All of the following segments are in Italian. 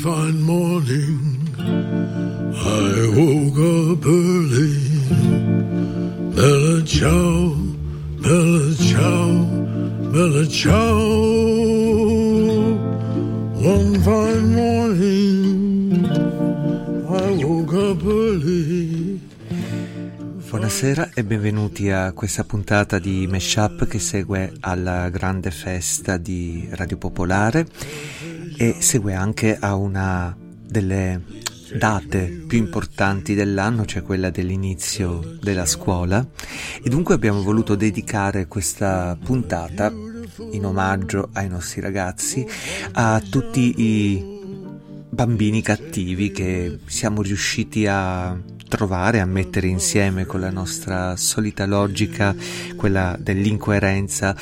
fine morning, I woke up early. Bella ciao, bella ciao, bella ciao. One fine morning, I woke up early. Buonasera e benvenuti a questa puntata di Mashup che segue alla grande festa di Radio Popolare e segue anche a una delle date più importanti dell'anno, cioè quella dell'inizio della scuola, e dunque abbiamo voluto dedicare questa puntata in omaggio ai nostri ragazzi, a tutti i bambini cattivi che siamo riusciti a trovare, a mettere insieme con la nostra solita logica, quella dell'incoerenza,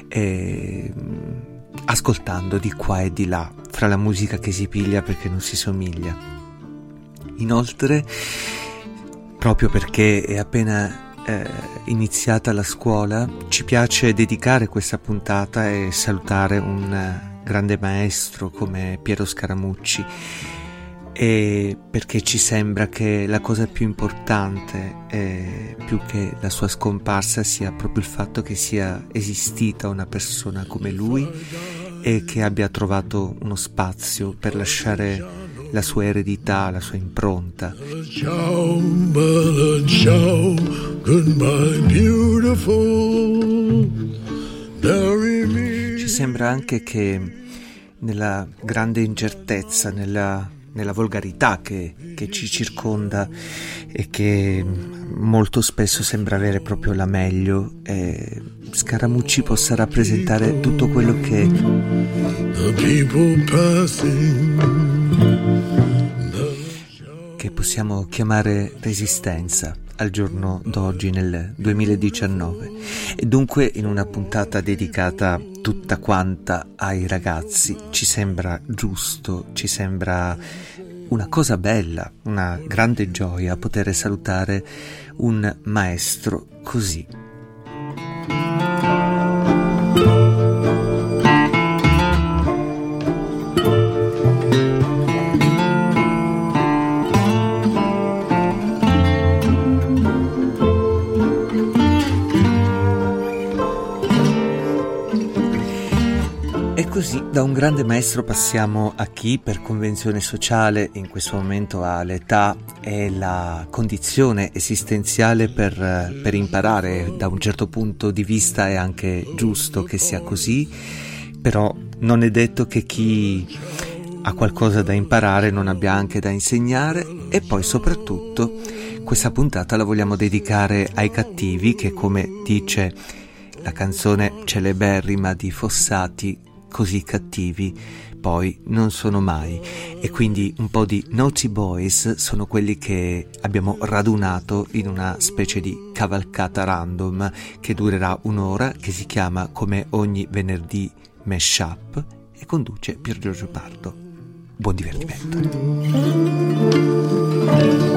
ascoltando di qua e di là fra la musica che si piglia perché non si somiglia. Inoltre, proprio perché è appena iniziata la scuola, ci piace dedicare questa puntata e salutare un grande maestro come Piero Scaramucci, e perché ci sembra che la cosa più importante, più che la sua scomparsa, sia proprio il fatto che sia esistita una persona come lui e che abbia trovato uno spazio per lasciare la sua eredità, la sua impronta. Ciao, bella ciao, goodbye beautiful. Ci sembra anche che nella grande incertezza, nella volgarità che ci circonda e che molto spesso sembra avere proprio la meglio, Scaramucci possa rappresentare tutto quello che possiamo chiamare resistenza al giorno d'oggi nel 2019, e dunque in una puntata dedicata tutta quanta ai ragazzi ci sembra giusto, ci sembra una cosa bella, una grande gioia poter salutare un maestro così. Così da un grande maestro passiamo a chi per convenzione sociale in questo momento ha l'età e la condizione esistenziale per imparare. Da un certo punto di vista è anche giusto che sia così, però non è detto che chi ha qualcosa da imparare non abbia anche da insegnare. E poi soprattutto questa puntata la vogliamo dedicare ai cattivi che, come dice la canzone celeberrima di Fossati, così cattivi poi non sono mai. E quindi un po' di Naughty Boys sono quelli che abbiamo radunato in una specie di cavalcata random che durerà un'ora, che si chiama come ogni venerdì Mashup e conduce Pier Giorgio Pardo. Buon divertimento.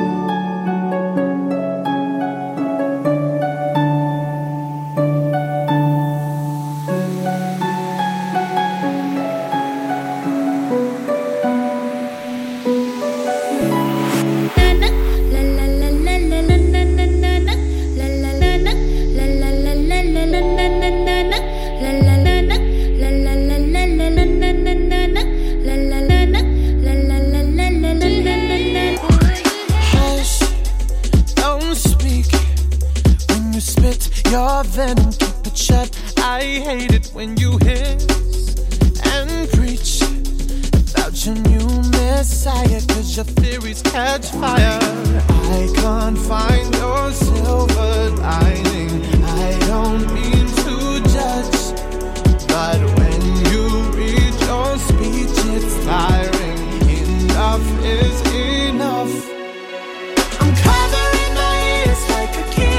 Venom, keep it shut. I hate it when you hiss and preach about your new messiah, 'cause your theories catch fire. I can't find your silver lining. I don't mean to judge, but when you read your speech it's tiring. Enough is enough. I'm covering my ears like a kid.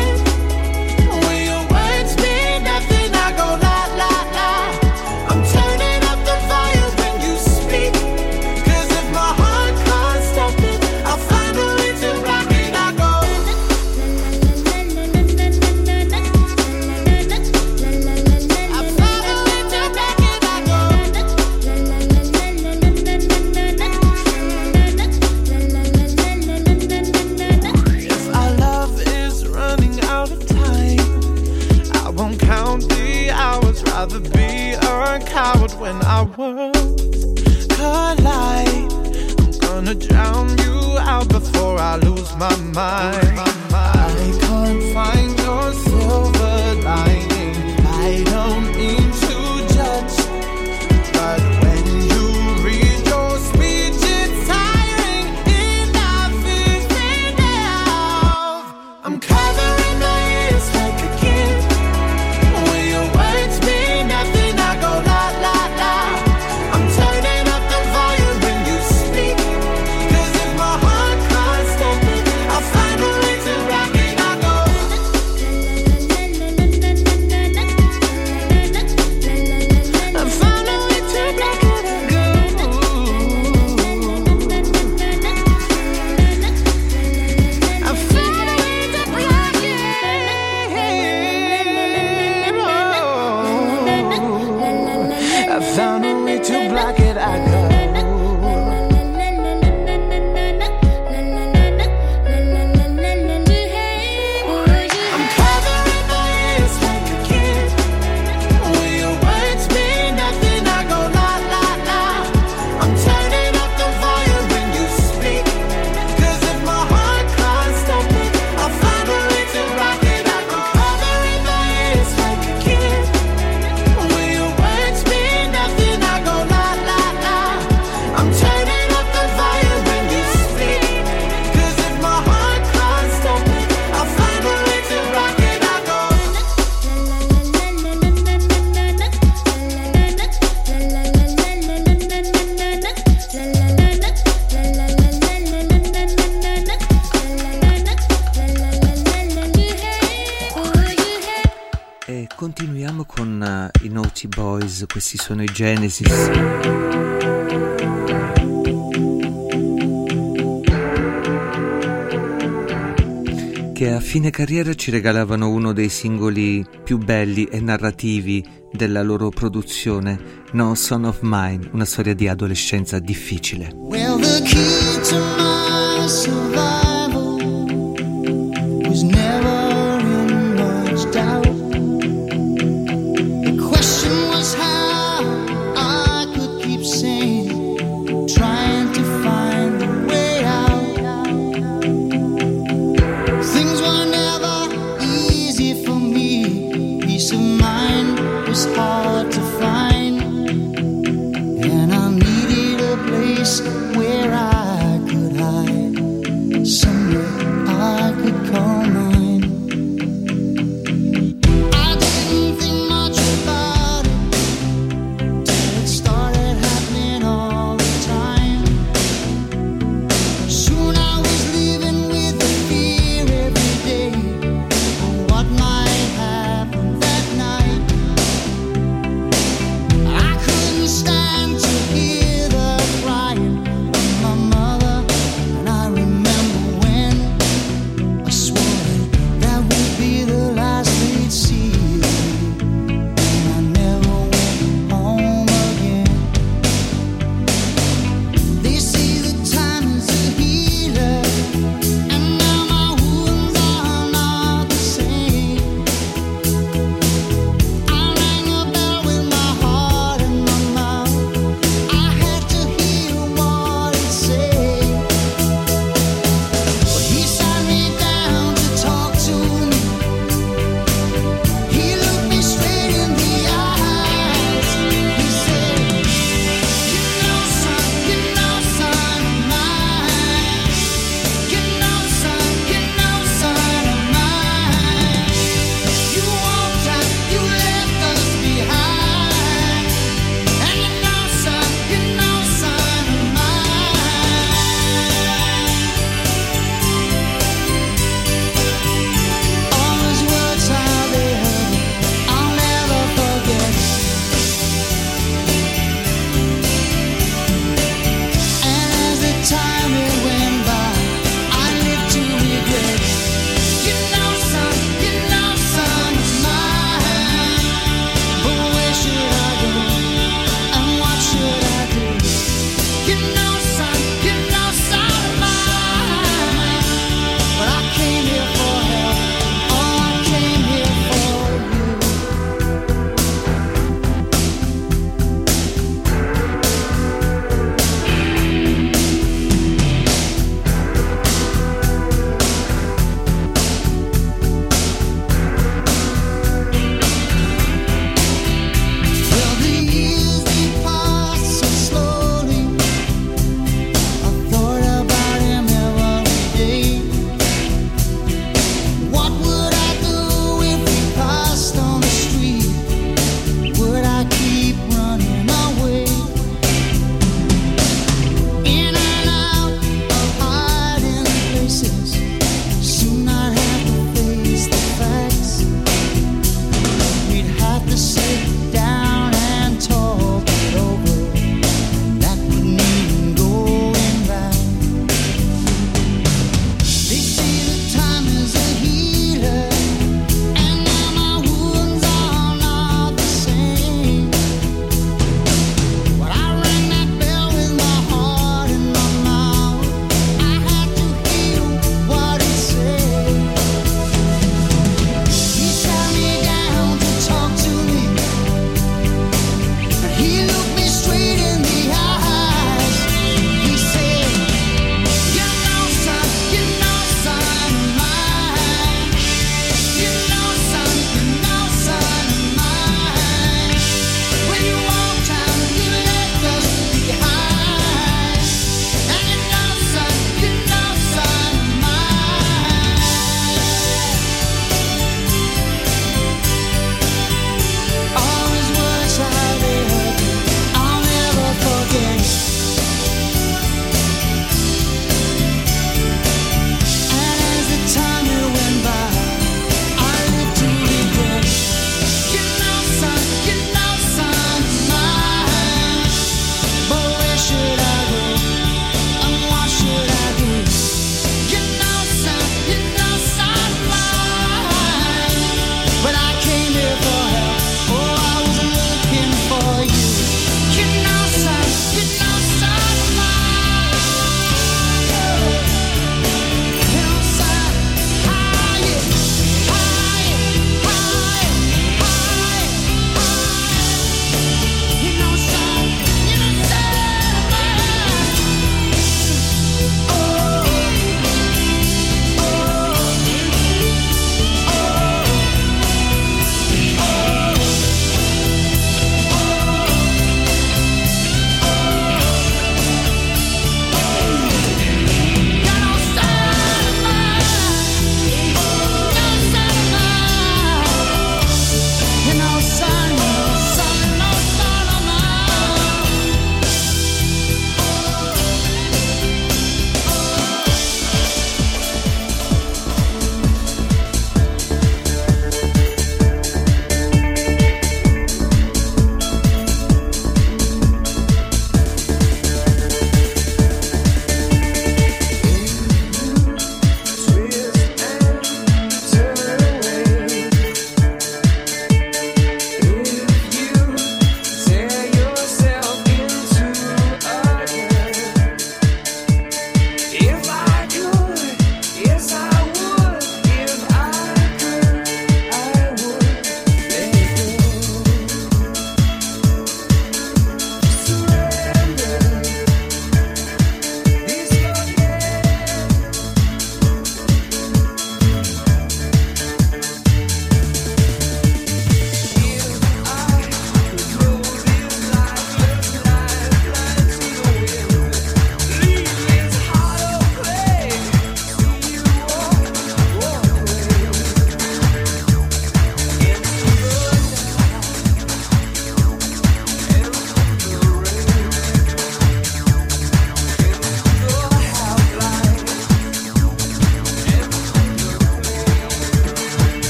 To my mind. I can't find your silver lining. I don't mean to judge, but when you read your speech, it's tiring enough, is enough. I'm covering my ears like a kid. When your words mean nothing, I go la la la. I'm turning up the volume when you speak, 'cause if my heart can't stop it, I'll find a way to rock it. I go. I found a way to rock it. I go. I found a way to rock it. I found a way to block it. I go. I'm covering my ears like a kid. When your words mean nothing, I go la la la. I'm turning up the volume when you speak, 'cause if my heart can't stop it, I'll find a way to rock it. I go. Covering my ears like a kid. When your words mean nothing, I go la la la. I'm turning up the volume when you speak, 'cause if my heart can't stop it, I'll find a way to rock it. I go. E continuiamo con i Naughty Boys, questi sono i Genesis. Che a fine carriera ci regalavano uno dei singoli più belli e narrativi della loro produzione, No Son of Mine, una storia di adolescenza difficile. Well, the key to my survival was never in much doubt. The question was how I could keep sane, trying to find a way out. Things were never easy for me. Peace of mind was hard to find, and I needed a place where I could hide, somewhere I could call mine. I didn't think much about it till it started happening all the time. Soon I was living with the fear every day of what might happen that night. I couldn't stand to hear the crying of my mother, and I remember when I swore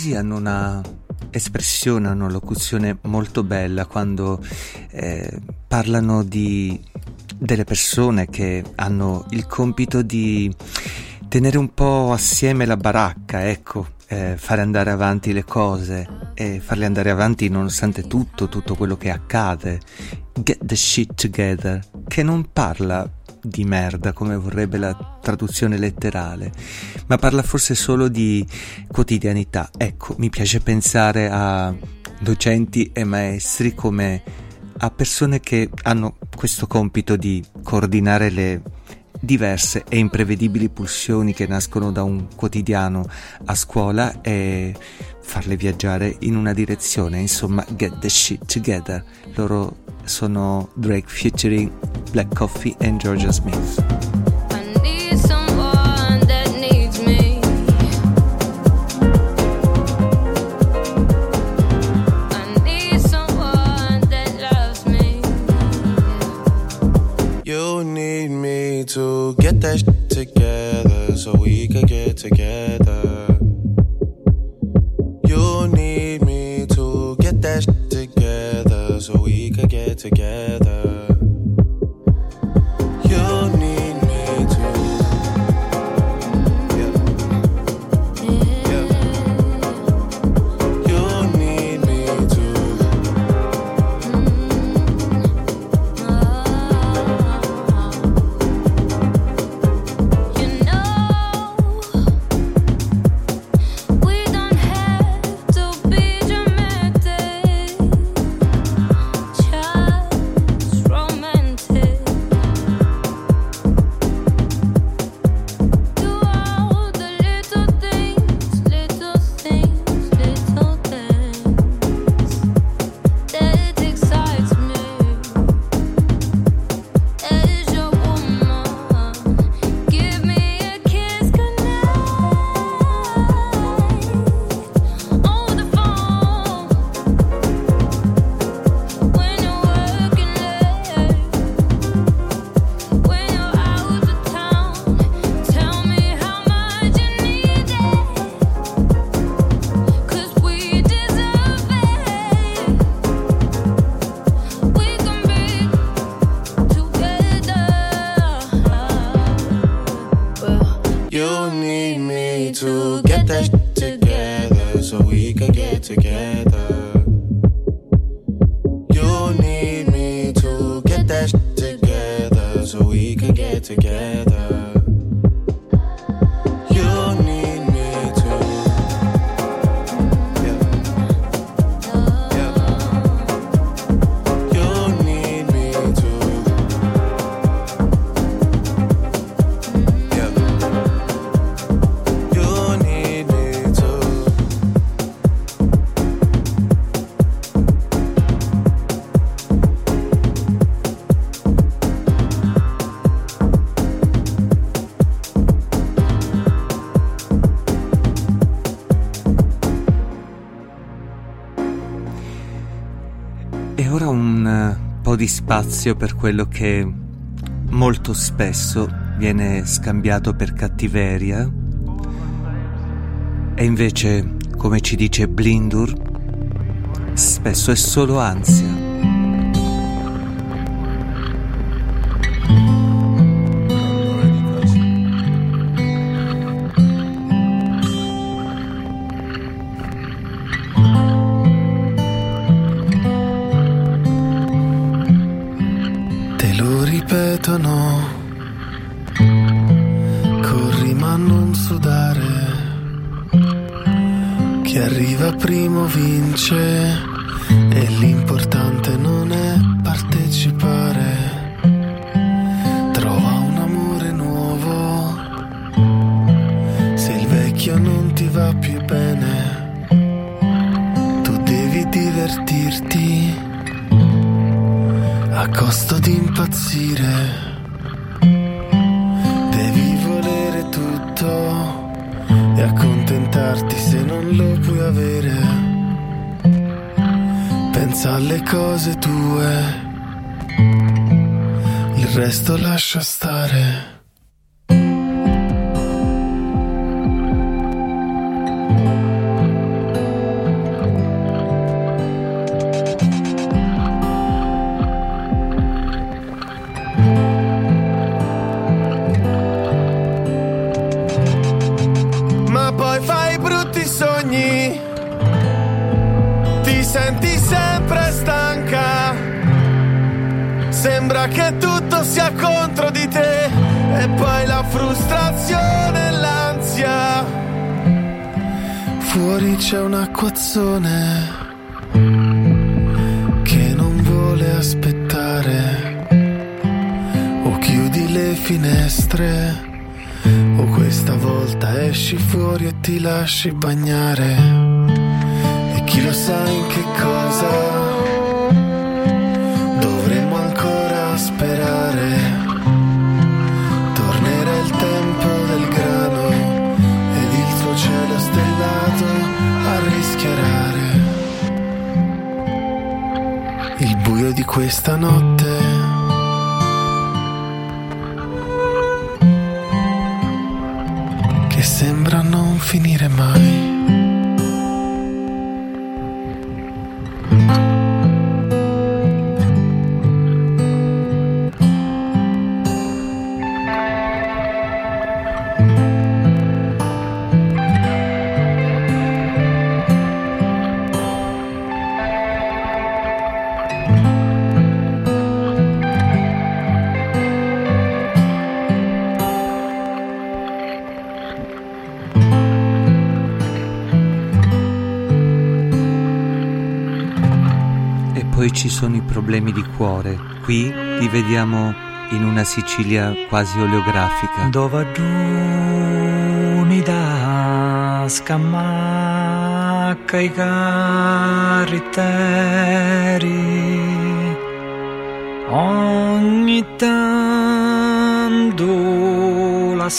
inglesi hanno una espressione, una locuzione molto bella quando parlano delle persone che hanno il compito di tenere un po' assieme la baracca, ecco, fare andare avanti le cose e farle andare avanti nonostante tutto quello che accade. Get the shit together, che non parla di merda come vorrebbe la traduzione letterale, ma parla forse solo di quotidianità. Ecco, mi piace pensare a docenti e maestri come a persone che hanno questo compito di coordinare le diverse e imprevedibili pulsioni che nascono da un quotidiano a scuola e farle viaggiare in una direzione. Insomma, get the shit together. Loro sono Drake featuring Black Coffee and Georgia Smith. You need me to get that shit together so we can get together. You need me to get that shit together so we can get together. You need me to. Yeah. Yeah. You need me to. You need me to get that shit together so we can get together. You need me to get that shit together so we can get together. You need me to. Yeah. Yeah. You need me to. Yeah. You need me to. E ora un po' di spazio per quello che molto spesso viene scambiato per cattiveria e invece, come ci dice Blindur, spesso è solo ansia. Te lo ripetono, corri ma non sudare, chi arriva primo vince e l'importante non è partecipare. Trova un amore nuovo, se il vecchio non ti va più bene, tu devi divertirti a costo di impazzire. Devi volere tutto e accontentarti se non lo puoi avere. Pensa alle cose tue, il resto lascia stare. senti sempre stanca, sembra che tutto sia contro di te, e poi la frustrazione e l'ansia. Fuori c'è un acquazzone che non vuole aspettare, o chiudi le finestre, o questa volta esci fuori e ti lasci bagnare, e chi lo sa in che cosa dovremmo ancora sperare. Tornerà il tempo del grano ed il suo cielo stellato a rischiarare il buio di questa notte. Che sembra non finire mai. Poi ci sono i problemi di cuore. Qui li vediamo in una Sicilia quasi oleografica. Dove giuni da scamacca i carritteri, ogni tanto la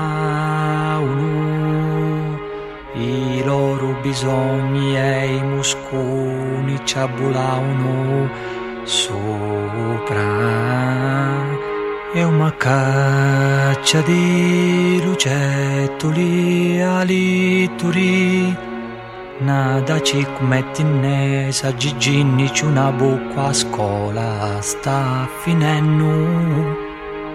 saunu, i loro bisogni e i musconi ci abbulavano sopra, e una caccia di lucettoli alituri, nada ci mettinesa giginni c'è una bocca a scuola sta finendo.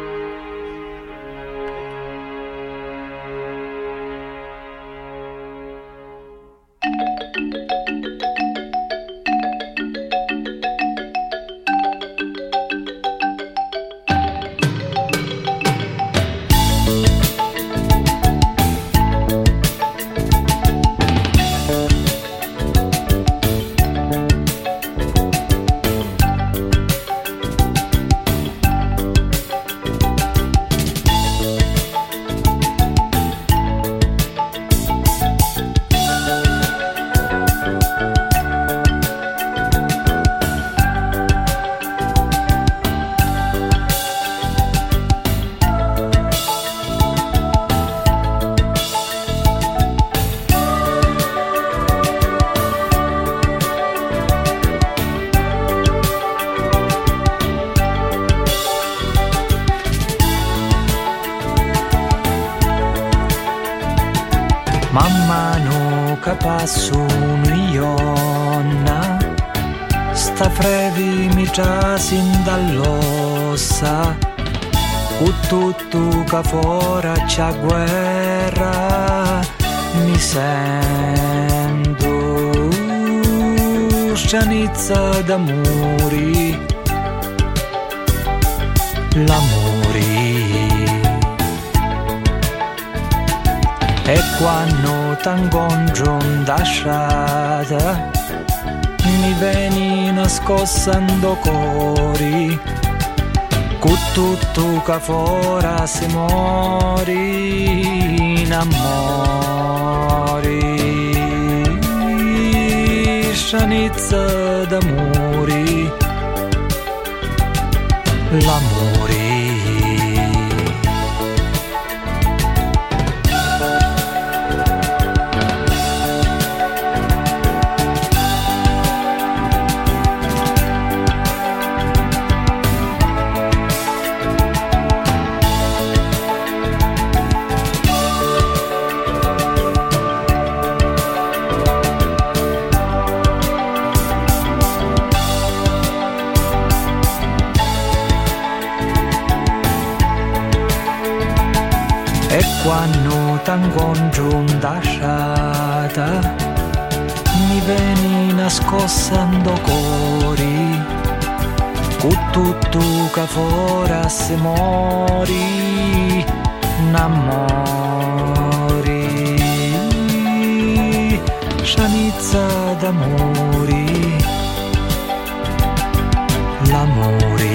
Man mano che passo un'ionna, sta frevi mi trasin dall'ossa, con tutto che fora c'è guerra, mi sento scianizza d'amori, l'amori. E quando t'incontro da strada mi vieni nascostando cori, con tutto che fora si mori in amori, scianizza d'amori, l'amori. E quando t'incontro da strada mi mi veni nascostando cori, cu tutto che fora se mori, n'amori, scianizza d'amori, l'amori.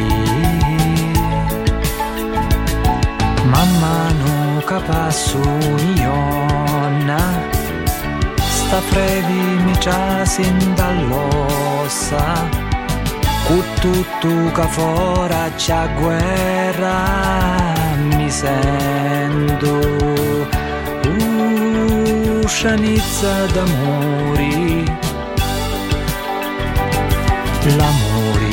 Man mano che passo ionna, sta frevi mi ciasin dall'ossa, cu tutto che fora c'è guerra, mi sento scianizza d'amori, l'amori.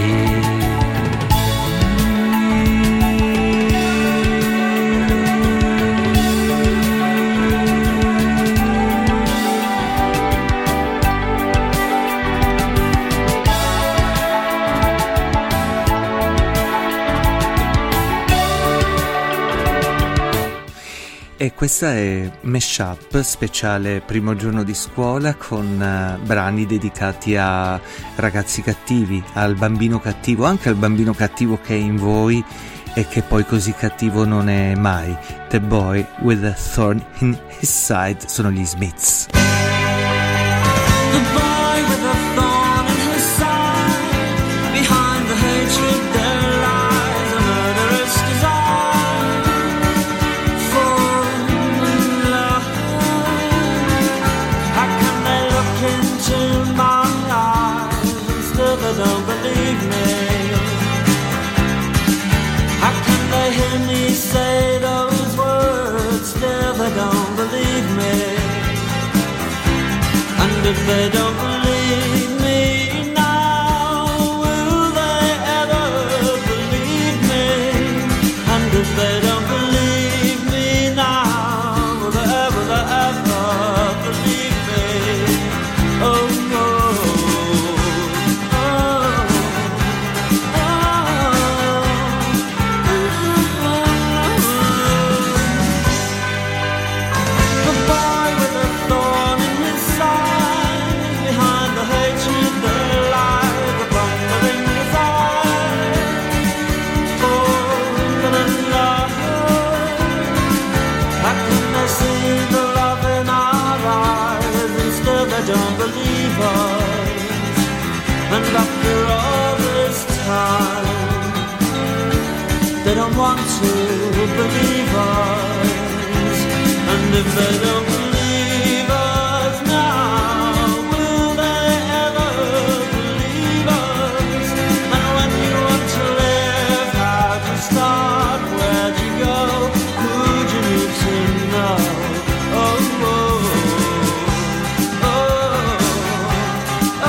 E questa è Mashup, speciale primo giorno di scuola, con brani dedicati a ragazzi cattivi, al bambino cattivo, anche al bambino cattivo che è in voi e che poi così cattivo non è mai. The Boy with a Thorn in His Side sono gli Smiths. The boy with a thorn in his side, behind the hatred there lies a murderous desire for love. How can they look into my eyes and still they don't believe me? How can they hear me say those words, still they don't believe me? And if they don't believe me now, will they ever believe me? And if they don't believe me now, will they ever believe me? Oh, oh, oh, oh. The boy with a thorn in his side, behind the hatred there lies a thundering desire for love. How can they see the love in our eyes and still they don't believe us? And after all this time, they don't want to believe us. And if they don't believe us now, will they ever believe us? And when you want to live, how'd you start? Where'd you go? Who'd you need to know? Oh, oh, oh, oh,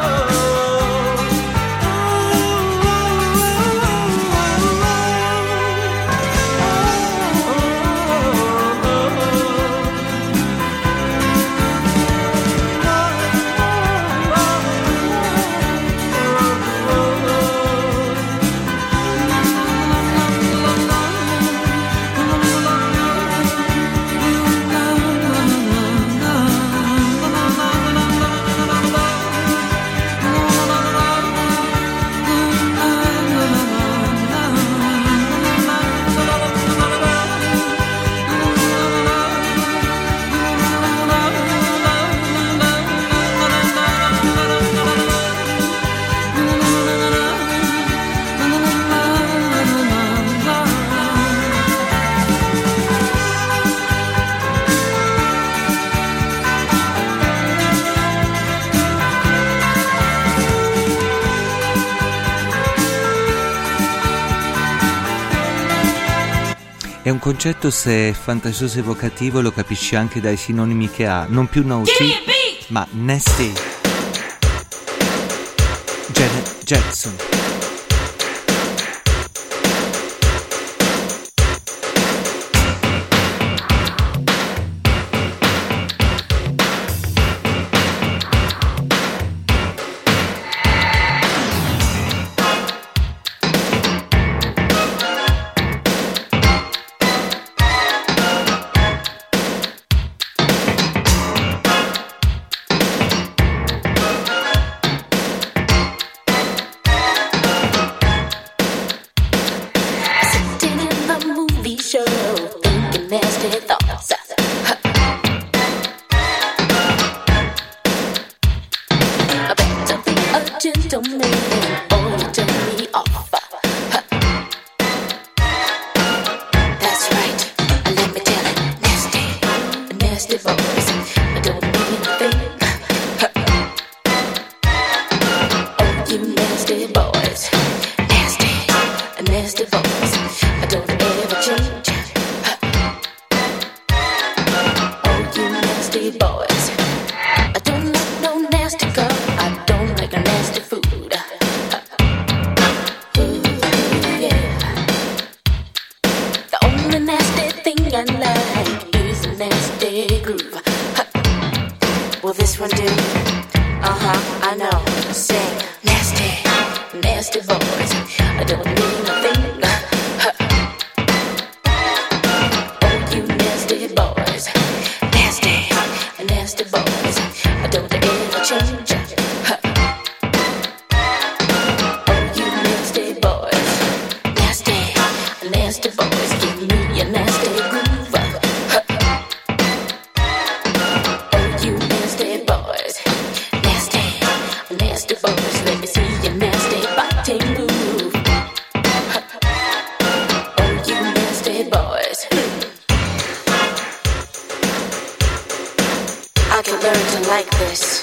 È un concetto, se è fantasioso e evocativo, lo capisci anche dai sinonimi che ha. Non più naughty, ma nasty. Janet Jackson. this one do? I know. Sing nasty, nasty boys. I don't mean a thing. Oh, you nasty boys, nasty, nasty boys. I don't ever change. Oh, you nasty boys, nasty, nasty boys. Give me a nasty groove. Oh, you nasty boys, nasty, nasty boys. Let me see your nasty body move. Oh, you nasty boys. I can learn to like this.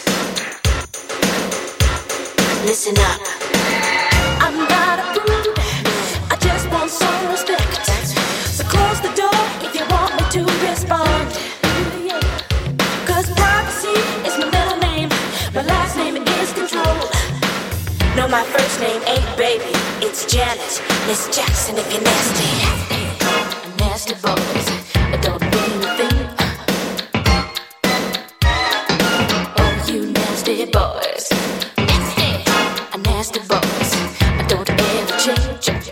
Listen up. I'm not a prude. I just want some respect. So close the door if you want me to respond. Cause privacy is my middle name. My last name is control. No, my first name ain't baby. It's Janet, Miss Jackson if you're nasty. Nasty boys, I don't mean a thing. Oh, you nasty boys, nasty boys. I don't ever change.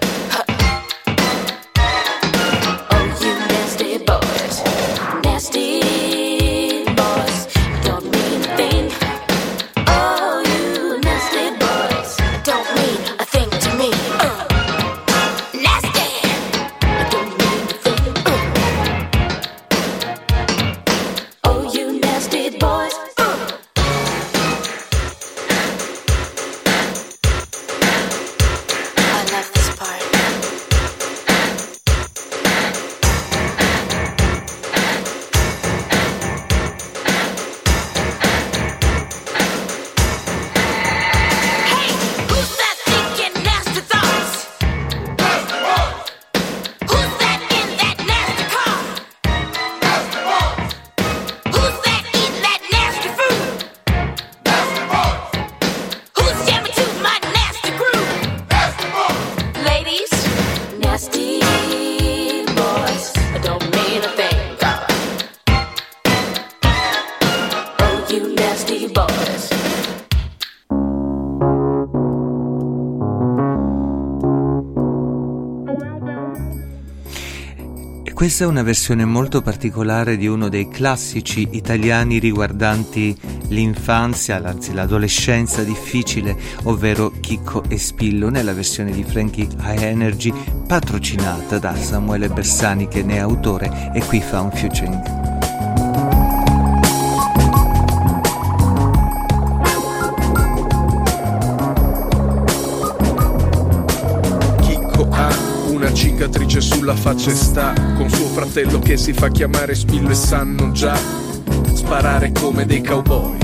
Oh, you nasty boys, nasty boys. I don't mean a thing. Oh, you nasty boys. I don't mean a thing to me. Nasty. I don't mean a thing. Oh, you nasty boys. I love this part. Hey, who's that thinking nasty thoughts? Who's that in that nasty car? Who's that eating that nasty food? Who's jamming to my nasty groove? Ladies, nasty boys, I don't mean a thing. Oh, you nasty boys. E questa è una versione molto particolare di uno dei classici italiani riguardanti l'infanzia, anzi l'adolescenza difficile, ovvero Chicco e Spillo, nella versione di Frankie High Energy, patrocinata da Samuele Bersani, che ne è autore e qui fa un featuring. Chicco ha una cicatrice sulla faccia e sta con suo fratello che si fa chiamare Spillo e sanno già sparare come dei cowboy.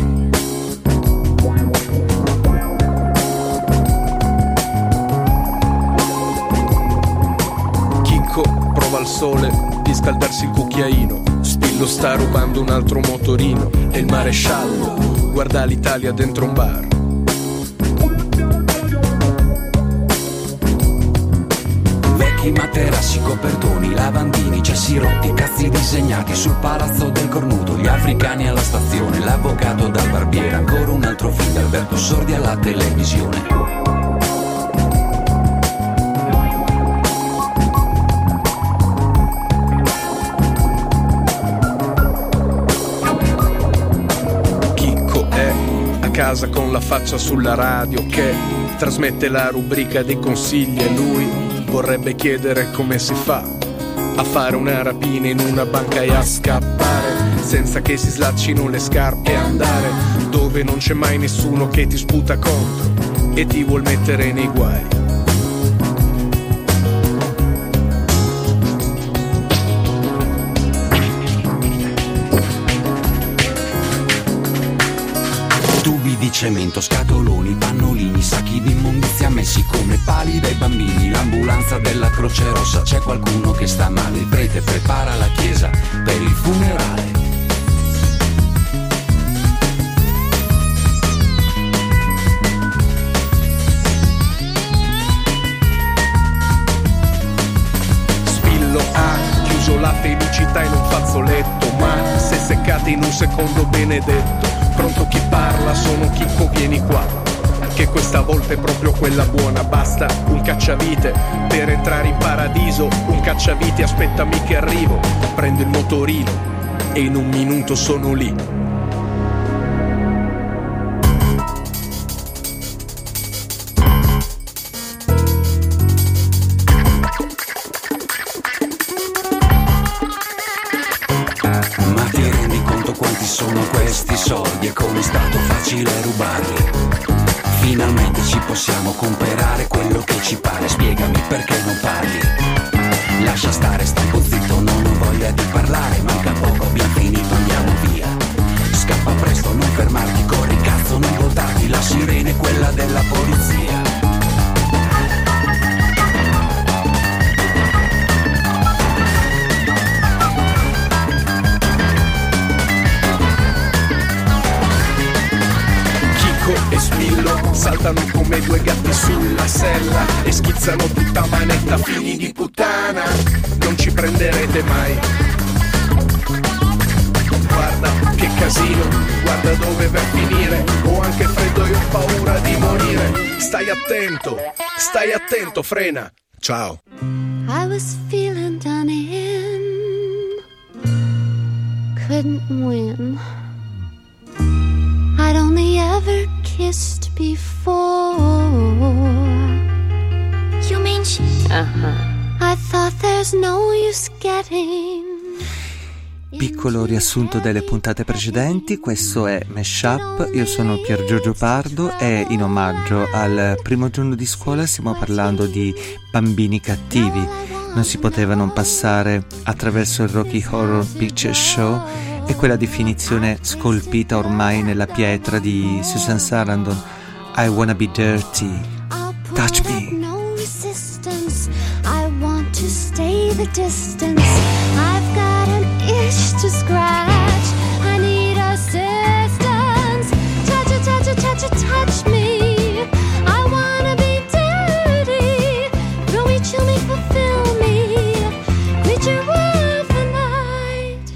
Chicco prova al sole di scaldarsi il cucchiaino, Spillo sta rubando un altro motorino e il maresciallo guarda l'Italia dentro un bar. Vecchi materassi, copertoni, lavandini, cessi rotti, cazzi disegnati sul palazzo del cornuto, gli africani alla stazione, l'avvocato dal barbiere, ancora un altro film di Alberto Sordi alla televisione. Chicco è a casa con la faccia sulla radio che trasmette la rubrica dei consigli e lui vorrebbe chiedere come si fa a fare una rapina in una banca e a scappare senza che si slaccino le scarpe e andare dove non c'è mai nessuno che ti sputa contro e ti vuol mettere nei guai. Tubi di cemento, scatoloni, pannolini, sacchi di immondizia messi come pali dai bambini. L'ambulanza della Croce Rossa, c'è qualcuno che sta male, il prete prepara la chiesa per il funerale. Spillo ha chiuso la felicità in un fazzoletto, ma si è seccata in un secondo benedetto. pronto chi parla, sono Chicco, vieni qua, che questa volta è proprio quella buona. Basta un cacciavite per entrare in paradiso, un cacciavite, aspettami che arrivo, prendo il motorino e in un minuto sono lì. Ma ti rendi conto quanti sono questi soldi e come è stato facile rubarli? Finalmente ci possiamo comprare quello che ci pare. Spiegami perché non parli. Lascia stare, sta un po' zitto, non ho voglia di parlare. Manca poco, abbiamo finito, andiamo via. Scappa presto, non fermarti, corri cazzo, non voltarti. La sirena è quella della polizia. E Spillo saltano come due gatti sulla sella e schizzano tutta manetta, figli di puttana, non ci prenderete mai. Guarda che casino, guarda dove va a finire, ho anche freddo e ho paura di morire. Stai attento, frena, ciao. I was feeling done in, couldn't win. I'd only ever kissed before. You mean she? I thought there's no use getting. Piccolo riassunto delle puntate precedenti, questo è Mashup, io sono Pier Giorgio Pardo e in omaggio al primo giorno di scuola stiamo parlando di bambini cattivi. Non si poteva non passare attraverso il Rocky Horror Picture Show e quella definizione scolpita ormai nella pietra di Susan Sarandon, I wanna be dirty, touch me. No resistance, I want to stay the distance. I've got an itch to scratch, I need assistance. Touch it, touch it, touch it, touch me. I wanna be dirty, thrill me, chill me, fulfill me, creature of the night.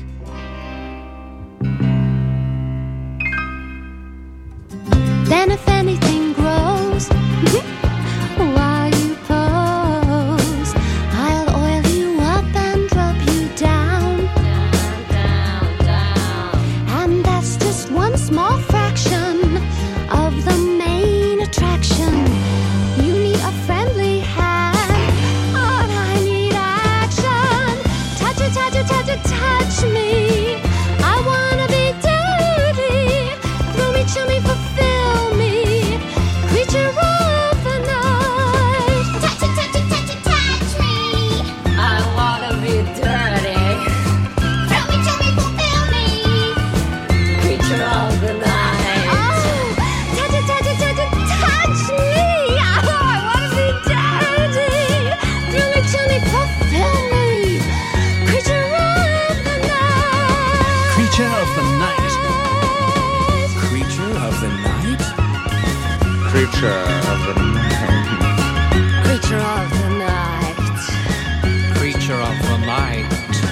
Then if anything grows while you pose, I'll oil you up and drop you down, down, down. And that's just one small fraction of the main attraction. You need a friendly hand, but I need action. Touch it, touch it, touch it, touch me. I wanna be dirty, thrill me, chill me, fulfill me, creature of the night. Touch it, touch it, touch it, touch me. I wanna be dirty, thrill me, chill me, fulfill me, creature of the night. Oh, touch it, touch it, touch it, touch me. Oh, I wanna be dirty, thrill me, chill me, fulfill me, creature of the night. Creature of the night. Creature of the night? Creature of the night. Creature of the night. Creature of the night.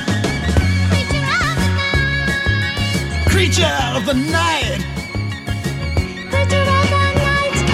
Creature of the night. Creature of the night.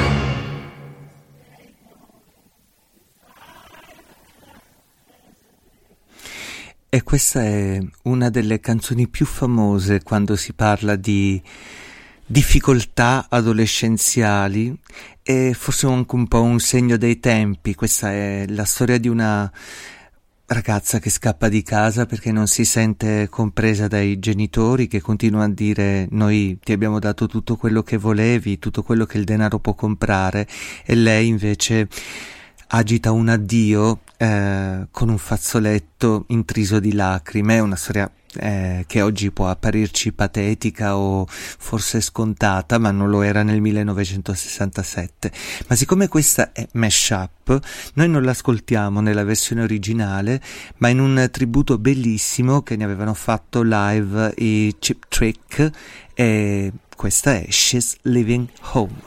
E questa è una delle canzoni più famose quando si parla di difficoltà adolescenziali e forse anche un po' un segno dei tempi. Questa è la storia di una ragazza che scappa di casa perché non si sente compresa dai genitori, che continuano a dire noi ti abbiamo dato tutto quello che volevi, tutto quello che il denaro può comprare, e lei invece agita un addio con un fazzoletto intriso di lacrime. È una storia che oggi può apparirci patetica o forse scontata, ma non lo era nel 1967. Ma siccome questa è Mashup, noi non l'ascoltiamo nella versione originale, ma in un tributo bellissimo che ne avevano fatto live i Cheap Trick, e questa è She's Living Home.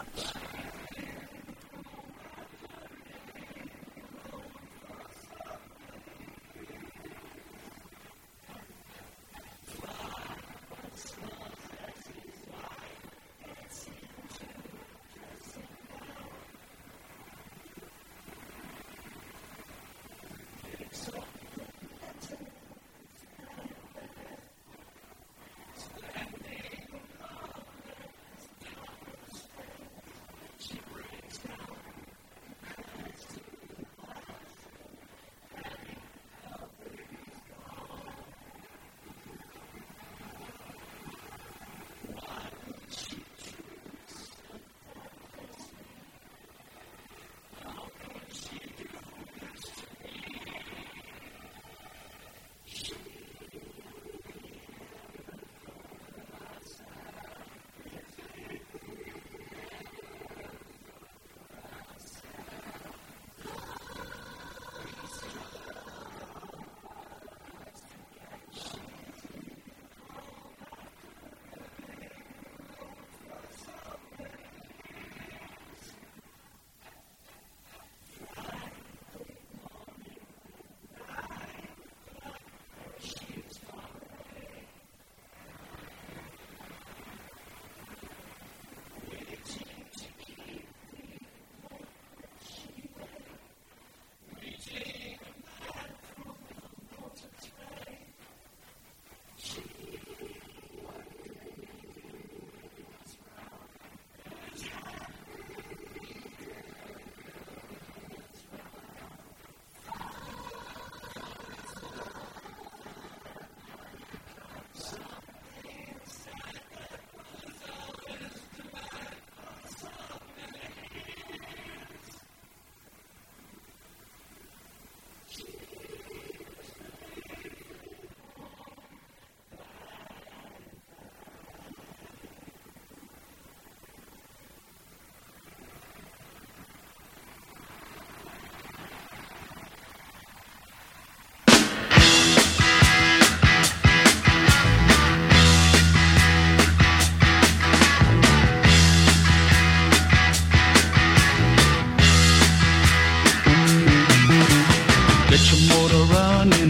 motor running.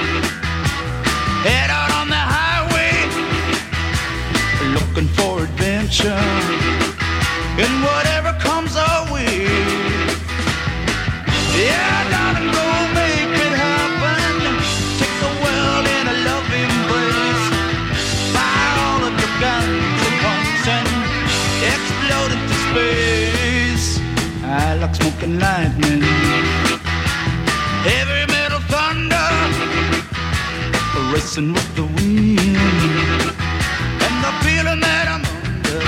Head out on the highway, looking for adventure, and whatever comes our way. Yeah, darling, go make it happen. Take the world in a love embrace. Fire all of your guns at once and explode into space. I like smoking lightning, heavy metal thunder, racing with the wind, and the feeling that I'm under.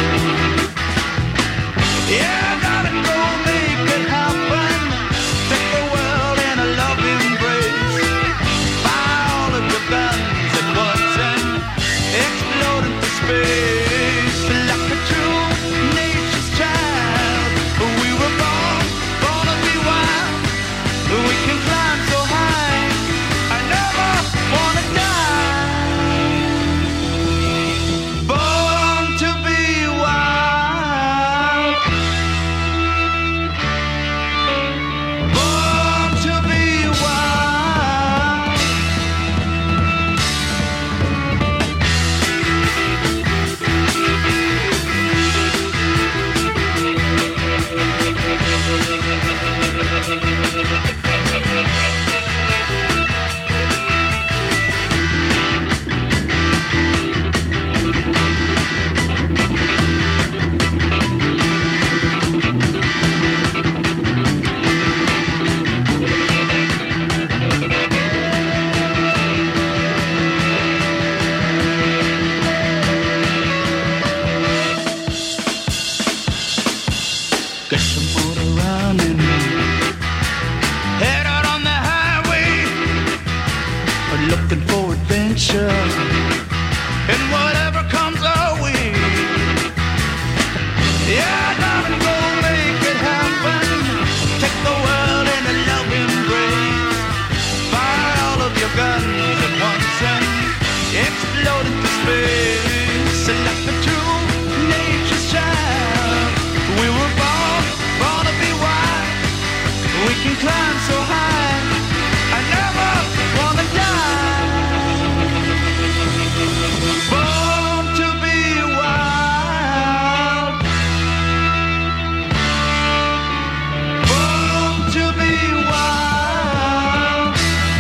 Yeah, darling, go make it happen. Take the world in a love embrace. Fire all of your guns at once and explode into space. Like a true nature's child, we were born to be wild. We can climb so high, I never wanna die. Born to be wild. Born to be wild. Get some motor running. Head out on the highway, looking for adventure, and whatever comes our way. Yeah, darling, go make it happen. Take the world in a love embrace. Fire all of your guns at once and explode into space. Like a true nature's child, we were born to be wild. We can climb so high, I never wanna die. Born to be wild. Born to be wild.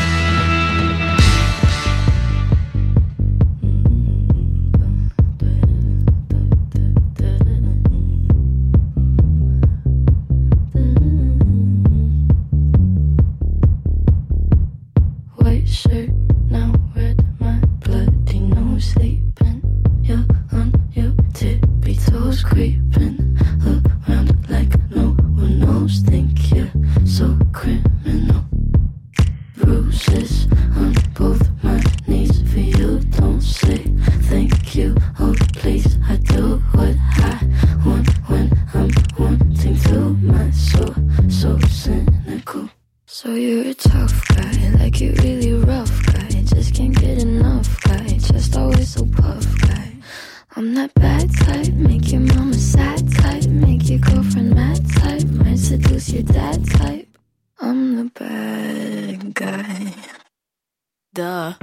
White shirt, now red, my bloody nose sleeping. You're on your tippy toes, creeping around like no one knows. Think you're so criminal. Bruises on both my knees for you. Don't say thank you, oh please. I do what I want when I'm wanting to. My soul so cynical. So you're a tough guy, like you really rough guy. Just can't get enough guy, just always so puff guy. I'm that bad type, make your mama sad type, make your girlfriend mad type, might seduce your dad type. I'm the bad guy. Duh.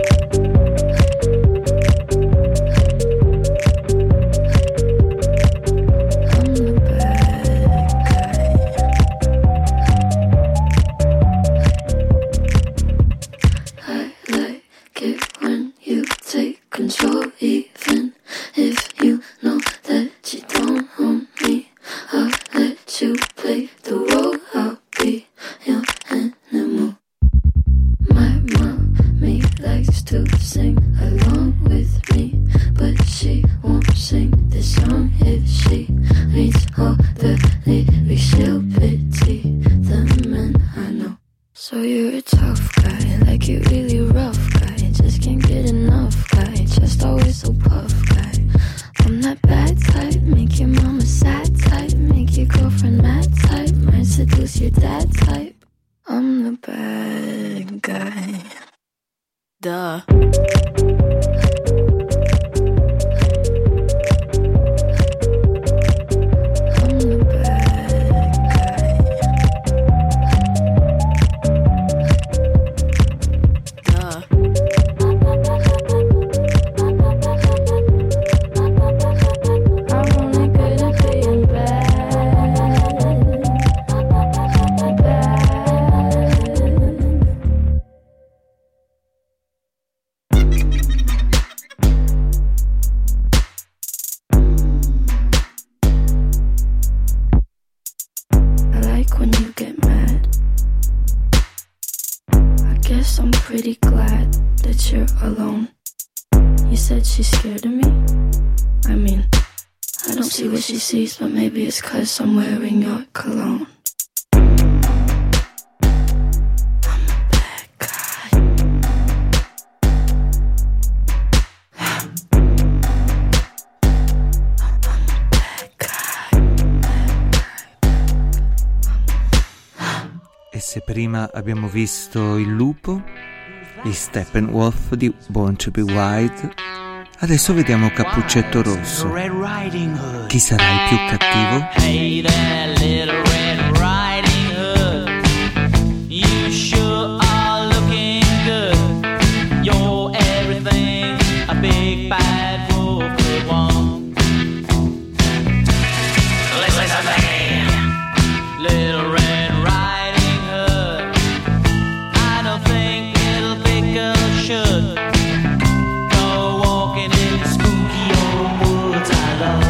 Control, even if you know that you don't own me. I'll let you play the role. I'll be your animal. My mommy likes to sing along with me, but she won't sing this song if she reads all the lyrics. She'll pity the men I know. So you're a tough guy, like you really rough guy. Just can't get enough guy, just always so puff guy. I'm that bad type, make your mama sad type, make your girlfriend mad type, might seduce your dad type. I'm the bad guy. Duh. pretty glad that you're alone. You said she's scared of me? I mean, I don't see what she sees, but maybe it's 'cause I'm wearing your cologne. E se prima abbiamo visto il lupo, il Steppenwolf di Born to be Wild, adesso vediamo Cappuccetto Rosso. Chi sarà il più cattivo? Hey there, little Red Riding Hood. You sure are looking good. You're everything a big bad wolf would want. Listen to me, little Red Riding Hood. I don't think little big girl should go walking in the spooky old woods I love.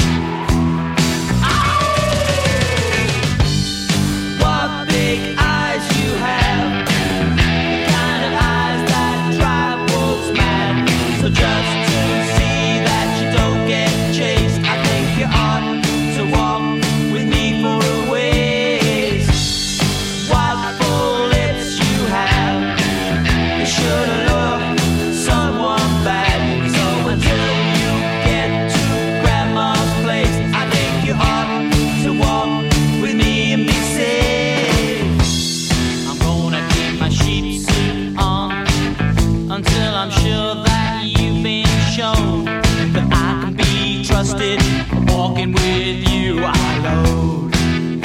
What big eyes you have, the kind of eyes that drive wolves mad. So just to see that you don't get chased, I think you ought to walk with me for a ways. What full lips you have, you should have loved someone bad. So until you get to grandma's place, I think you ought to walk with me and be safe. I'm gonna keep my sheep suit on until I'm sure that you've been shown that I can be trusted. Walking with you, I load.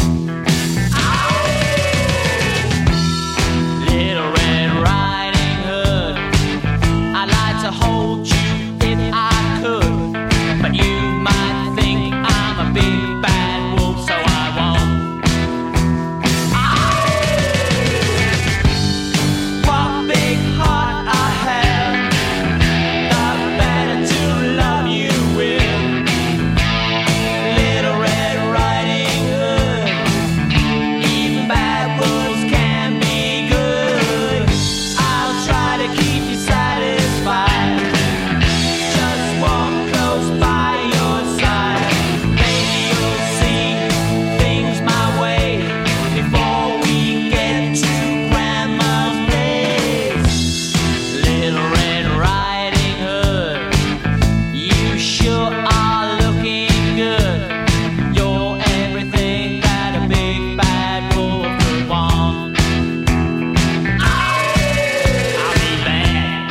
Little Red Riding Hood, I'd like to hold you if I could, but you might think I'm a big bad wolf, so I won't. What big heart I have, the better to love you with. Little Red Riding Hood, even bad wolves can be good. I'll try to keep you satisfied. Just walk close by your side. Maybe you'll see things my way before we get to grandma's place. Little Red Riding Hood, you sure are looking good. You're everything that a big bad wolf would want. I'll be bad.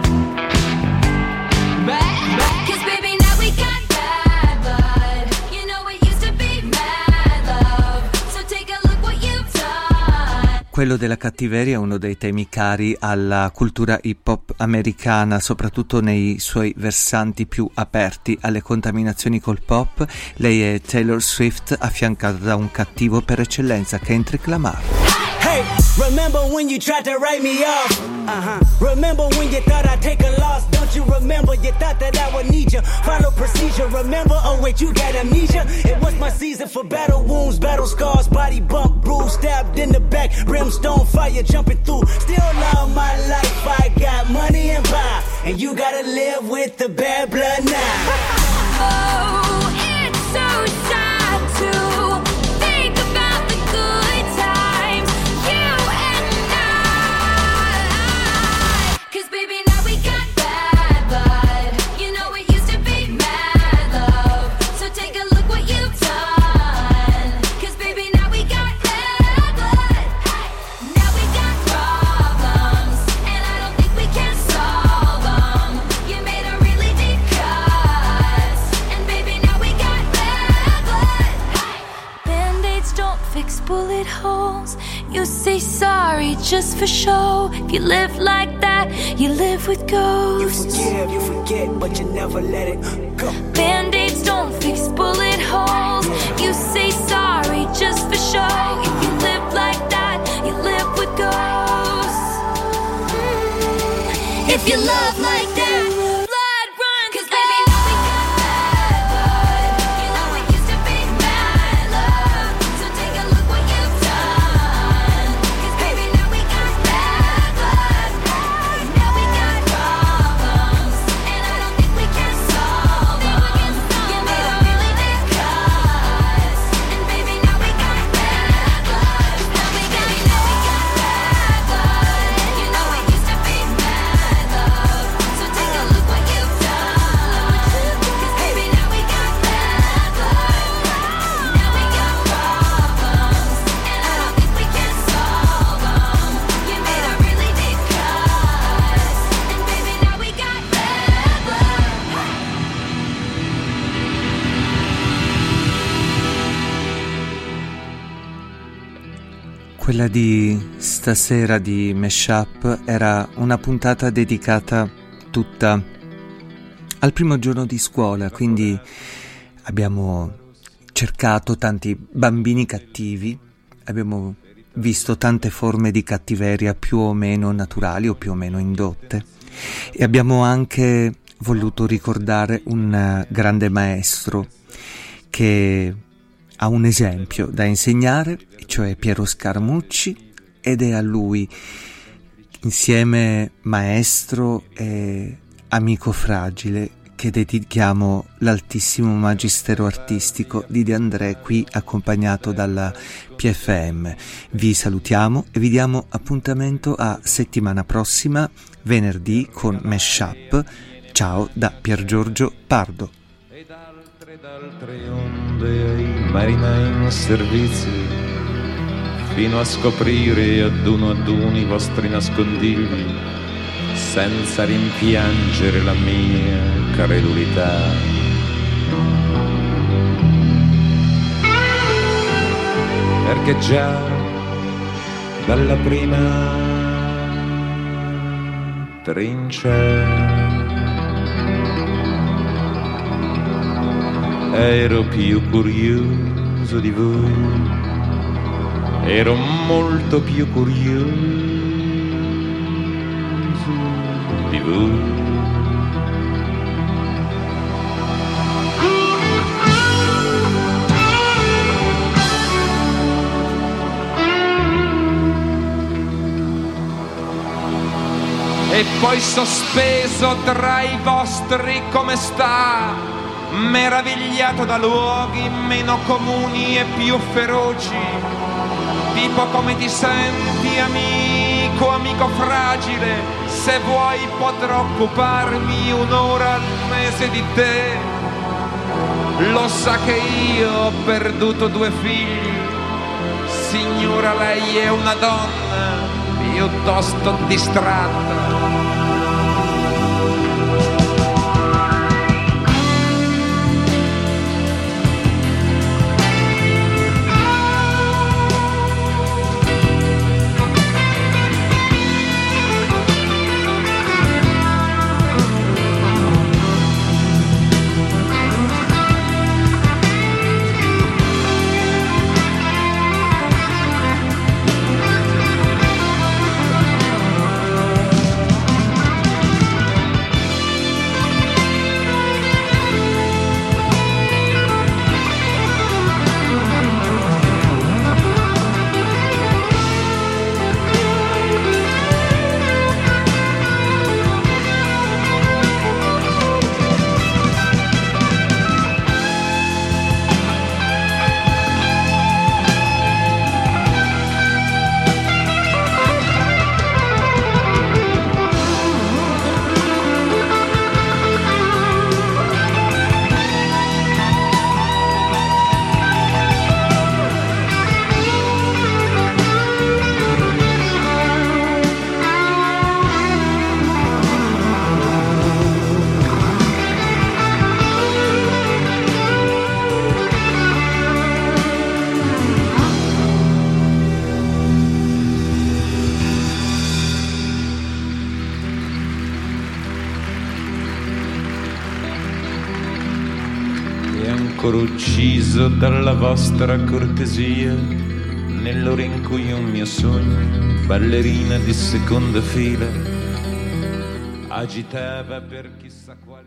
Bad. 'Cause baby, now we got bad blood. You know it used to be mad love. So take a look what you've done. Quello della cattiveria è uno dei temi cari alla cultura hip hop americana, soprattutto nei suoi versanti più aperti alle contaminazioni col pop. Lei è Taylor Swift, affiancata da un cattivo per eccellenza, Kendrick Lamar. Hey, remember when you tried to write me off? Remember when you thought I'd take a loss? Don't you remember you thought that I would need you? Follow procedure, remember? Oh wait, you got amnesia? It was my season for battle wounds, battle scars, body bump, bruise, stabbed in the back, brimstone fire jumping through. Still love my life, I got money and power, and you gotta live with the bad blood now. Oh, it's so sad to think about the good times, you and I. 'Cause baby, now we got bad blood. You know it used to be mad love. So take a look what you've done. 'Cause baby, now we got bad blood. Now we got problems, and I don't think we can solve them. You made a really deep cut, and baby, now we got bad blood. Band-aids don't fix bullet holes. You say sorry just for show. If you live like that, you live with ghosts. You forget, but you never let it go. Band-aids don't fix bullet holes. You say sorry just for show. If you live like that, you live with ghosts. If you love like that, blood run. 'Cause baby, now we got bad blood. You know it used to be mad love. So take a look what you've done. 'Cause baby, now we got bad blood. Quella di stasera di Mashup era una puntata dedicata tutta al primo giorno di scuola, quindi abbiamo cercato tanti bambini cattivi, abbiamo visto tante forme di cattiveria più o meno naturali o più o meno indotte e abbiamo anche voluto ricordare un grande maestro che ha un esempio da insegnare, cioè Piero Scaramucci, ed è a lui, insieme maestro e amico fragile, che dedichiamo l'altissimo magistero artistico di De André, qui accompagnato dalla PFM. Vi salutiamo e vi diamo appuntamento a settimana prossima, venerdì, con Mashup. Ciao da Pier Giorgio Pardo. D'altre onde ai marinai in servizio, fino a scoprire ad uno i vostri nascondigli, senza rimpiangere la mia credulità. Perché già dalla prima trincea ero più curioso di voi, ero molto più curioso di voi. E poi sospeso tra i vostri come sta, meravigliato da luoghi meno comuni e più feroci, tipo come ti senti amico, amico fragile, se vuoi potrò occuparmi un'ora al mese di te. Lo sa che io ho perduto 2 figli, signora lei è una donna piuttosto distratta. Ucciso dalla vostra cortesia, nell'ora in cui un mio sogno, ballerina di seconda fila, agitava per chissà quale